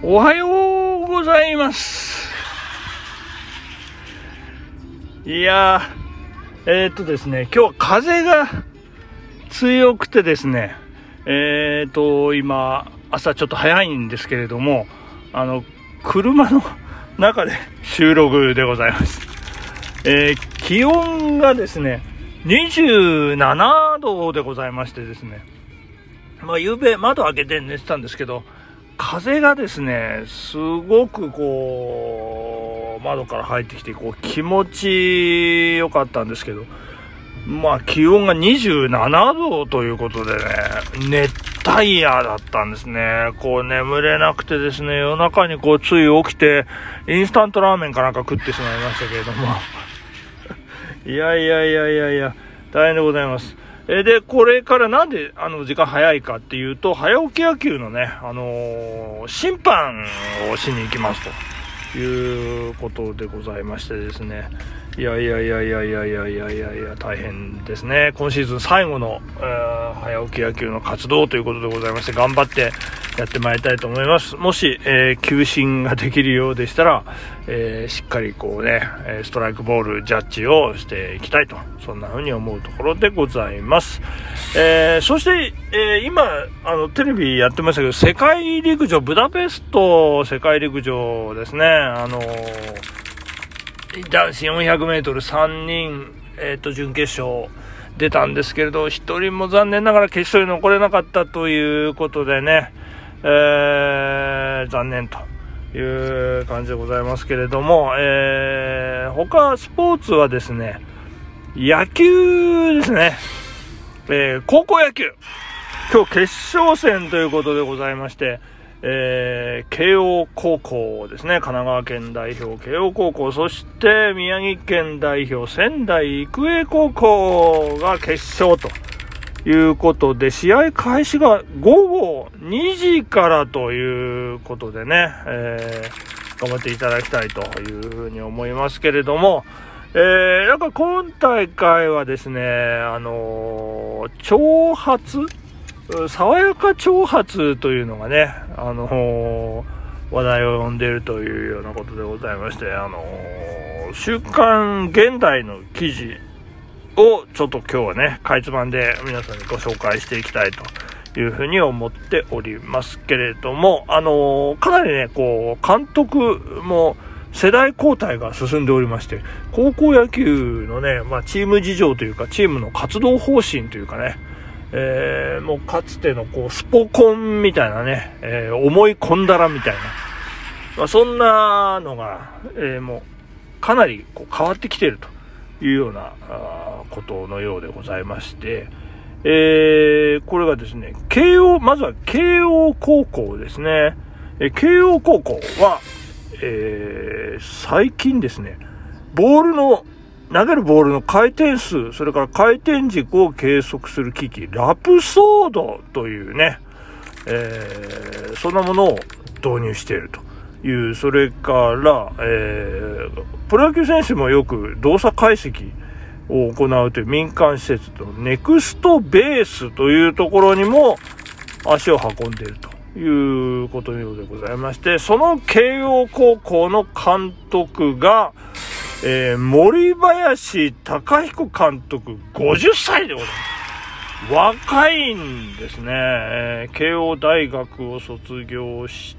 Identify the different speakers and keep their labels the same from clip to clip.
Speaker 1: おはようございます。いやですね、今日は風が強くてですね、今朝ちょっと早いんですけれども、車の中で収録でございます。気温がですね27度でございましてですね、夕べ窓開けて寝てたんですけど、風がですねすごく窓から入ってきて気持ちよかったんですけど、気温が27度ということでね、熱帯夜だったんですね。眠れなくてですね、夜中につい起きてインスタントラーメンかなんか食ってしまいましたけれどもいや大変でございます。でこれからなんで時間早いかっていうと、早起き野球のね審判をしに行きますということでございましてですね、いや大変ですね。今シーズン最後の、早起き野球の活動ということでございまして、頑張ってやってまいりたいと思います。もし、球審ができるようでしたら、しっかりストライクボールジャッジをしていきたいと、そんな風に思うところでございます。そして、今テレビやってましたけど、世界陸上ブダペスト世界陸上ですね、男子 400m3 人、準決勝出たんですけれど、一人も残念ながら決勝に残れなかったということでね、残念という感じでございますけれども、他スポーツはですね、野球ですね、高校野球、今日決勝戦ということでございまして、慶応高校ですね、神奈川県代表慶応高校、そして宮城県代表仙台育英高校が決勝ということで、試合開始が午後2時からということでね、頑張っていただきたいというふうに思いますけれども、なんか今大会はですね、長髪、爽やか長髪というのがね、話題を呼んでいるというようなことでございまして、週刊現代の記事をちょっと今日はね、かいつまんで皆さんにご紹介していきたいというふうに思っておりますけれども、かなりね、監督も世代交代が進んでおりまして、高校野球のね、チーム事情というか、チームの活動方針というかね、もうかつてのスポコンみたいなね、思い込んだらみたいな、そんなのが、もうかなり変わってきているというようなことのようでございまして、これがですね、まずは慶応高校ですね。慶応高校は、最近ですね、投げるボールの回転数、それから回転軸を計測する機器、ラプソードというね、そんなものを導入しているという、それから、プロ野球選手もよく動作解析を行うという民間施設のネクストベースというところにも足を運んでいるということのようでございまして、その慶応高校の監督が、森林貴彦監督50歳でございます。若いんですね。慶応大学を卒業して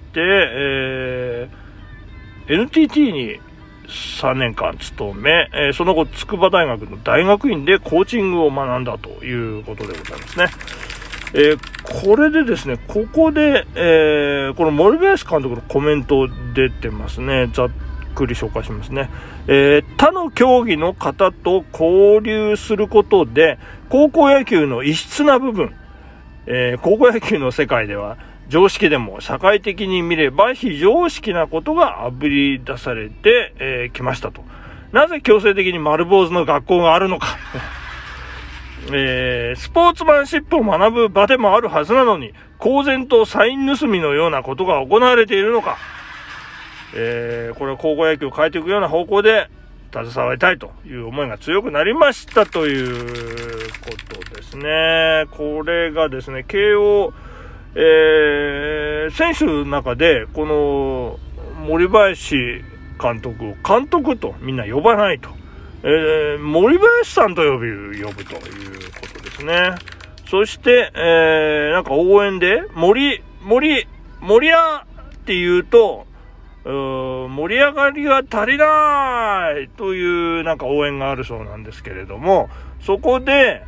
Speaker 1: 、NTT に3年間勤め、その後筑波大学の大学院でコーチングを学んだということでございますね。これでですね、ここで、この森林監督のコメント出てますね。ざっくり紹介しますね。他の競技の方と交流することで高校野球の異質な部分、高校野球の世界では常識でも社会的に見れば非常識なことがあぶり出されてきましたと。なぜ強制的に丸坊主の学校があるのかスポーツマンシップを学ぶ場でもあるはずなのに、公然とサイン盗みのようなことが行われているのか。これは高校野球を変えていくような方向で携わりたいという思いが強くなりましたということですね。これがですね、慶応選手の中でこの森林監督を監督とみんな呼ばないと、森林さんと呼ぶということですね。そして、なんか応援で森屋って言うと盛り上がりが足りないというなんか応援があるそうなんですけれども、そこで、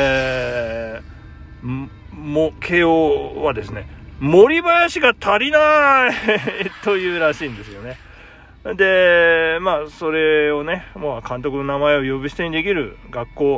Speaker 1: 慶応はですね、森林が足りないというらしいんですよね。で、それをね、もう監督の名前を呼び捨てにできる学校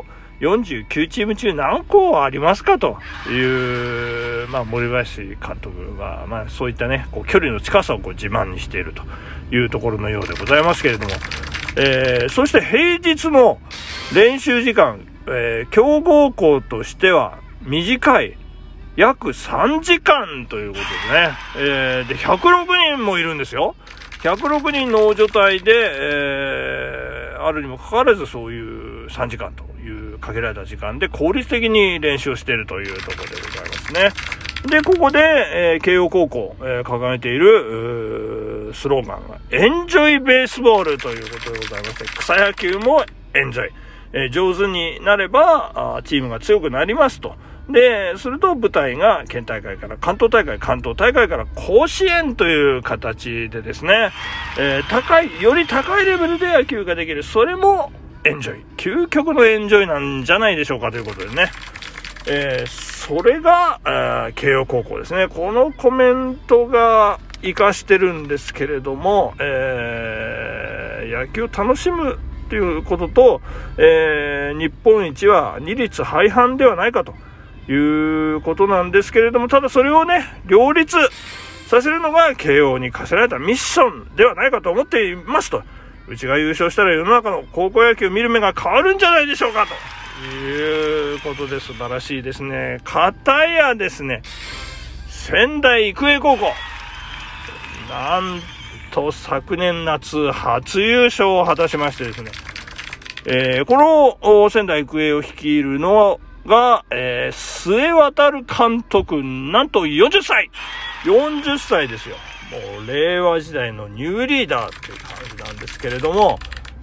Speaker 1: 49チーム中何校ありますかという、森林監督は、そういったね、こう距離の近さをこう自慢にしているというところのようでございますけれども、そして平日の練習時間、強豪校としては短い約3時間ということでね、で106人もいるんですよ。106人の大所帯で、あるにもかかわらずそういう3時間という限られた時間で効率的に練習をしているというところでございますね。で、ここで、慶応高校、掲げているスローガンがエンジョイベースボールということでございまして、草野球もエンジョイ、上手になればチームが強くなりますと。で、すると舞台が県大会から関東大会、関東大会から甲子園という形でですね、より高いレベルで野球ができる。それもエンジョイ。究極のエンジョイなんじゃないでしょうかということでね。それが、慶応高校ですね。このコメントが活かしてるんですけれども、野球を楽しむということと、日本一は二律背反ではないかということなんですけれども、ただそれをね、両立させるのが慶応に課せられたミッションではないかと思っていますと。うちが優勝したら世の中の高校野球を見る目が変わるんじゃないでしょうかということで素晴らしいですね。片やですね、仙台育英高校、なんと昨年夏初優勝を果たしましてですね、この仙台育英を率いるのが、末渡監督、なんと40歳ですよ。もう令和時代のニューリーダーっていう感じなんですけれども、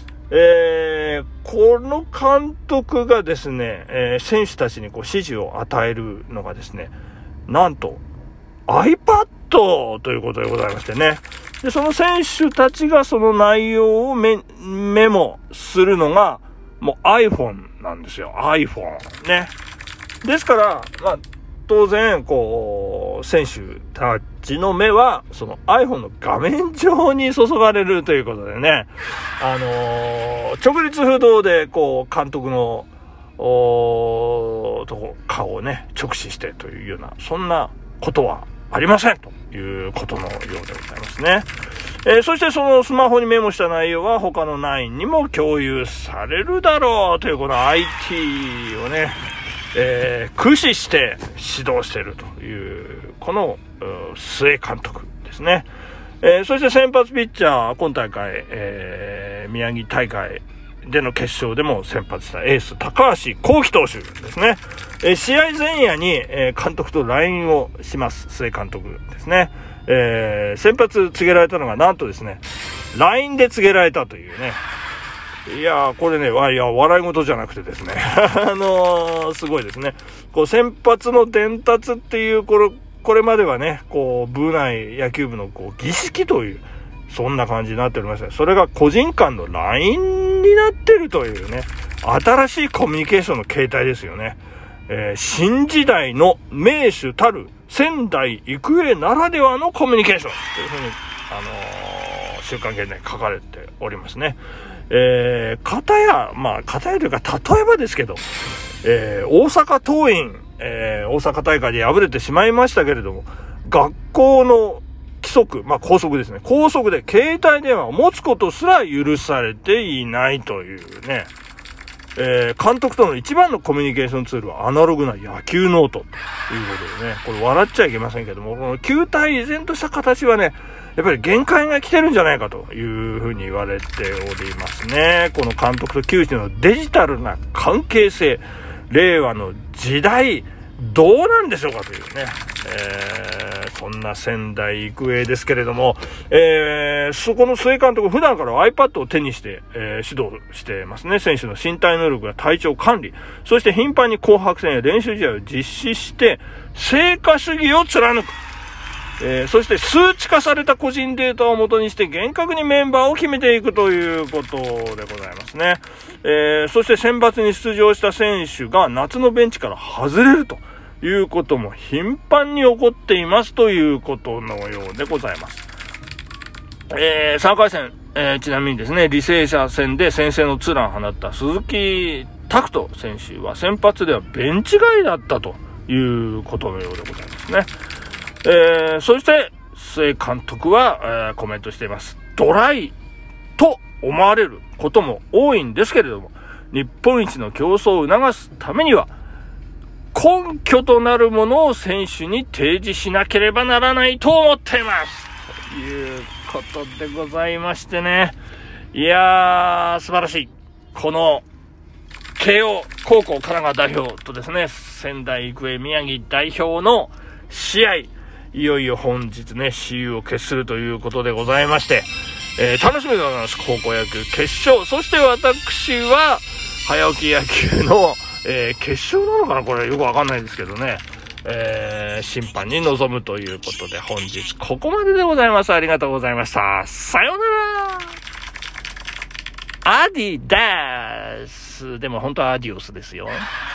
Speaker 1: この監督がですね、選手たちにこう指示を与えるのがですね、なんと iPad ということでございましてね。で、その選手たちがその内容をメモするのがもう iPhone なんですよ。iPhone ね。ですから、当然こう選手たちの目はその iPhone の画面上に注がれるということでね、直立不動でこう監督の顔をね直視してというようなそんなことはありませんということのようでございますね。そしてそのスマホにメモした内容は他の9にも共有されるだろうというこの IT をね、駆使して指導しているというこの須江監督ですね。そして先発ピッチャー今大会、宮城大会での決勝でも先発したエース高橋光輝投手ですね。試合前夜に、監督と LINE をします須江監督ですね。先発告げられたのがなんとですね LINE で告げられたというね。いやこれね、笑い事じゃなくてですねすごいですね。こう先発の伝達っていうこれまではねこう部内野球部のこう儀式というそんな感じになっておりました。それが個人間の LINE になってるというね新しいコミュニケーションの形態ですよね。新時代の名手たる仙台育英ならではのコミュニケーションというふうに週刊現代に書かれておりますね。片やというか例えばですけど、大阪桐蔭、大阪大会で敗れてしまいましたけれども、学校の規則、校則ですね。校則で携帯電話を持つことすら許されていないというね。監督との一番のコミュニケーションツールはアナログな野球ノートということでね、これ笑っちゃいけませんけども、この球体依然とした形はね、やっぱり限界が来てるんじゃないかというふうに言われておりますね。この監督と球児のデジタルな関係性、令和の時代、 どうなんでしょうかというね、そんな仙台育英ですけれども、そこの須江監督、普段から iPad を手にして、指導してますね。選手の身体能力や体調管理、そして頻繁に紅白戦や練習試合を実施して、成果主義を貫く。そして数値化された個人データを元にして厳格にメンバーを決めていくということでございますね。そして選抜に出場した選手が夏のベンチから外れるということも頻繁に起こっていますということのようでございます。3回戦、ちなみにですね、履正社戦で先制のツーランを放った鈴木拓斗選手は先発ではベンチ外だったということのようでございますね。そして須江監督は、コメントしています。ドライと思われることも多いんですけれども、日本一の競争を促すためには根拠となるものを選手に提示しなければならないと思っていますということでございましてね、いやー素晴らしい。この慶応高校神奈川代表とですね、仙台育英宮城代表の試合、いよいよ本日ね、雌雄を決するということでございまして、楽しみでございます。高校野球決勝。そして私は、早起き野球の、決勝なのかなこれよくわかんないですけどね。審判に臨むということで、本日ここまででございます。ありがとうございました。さようなら。アディダース。でも本当はアディオスですよ。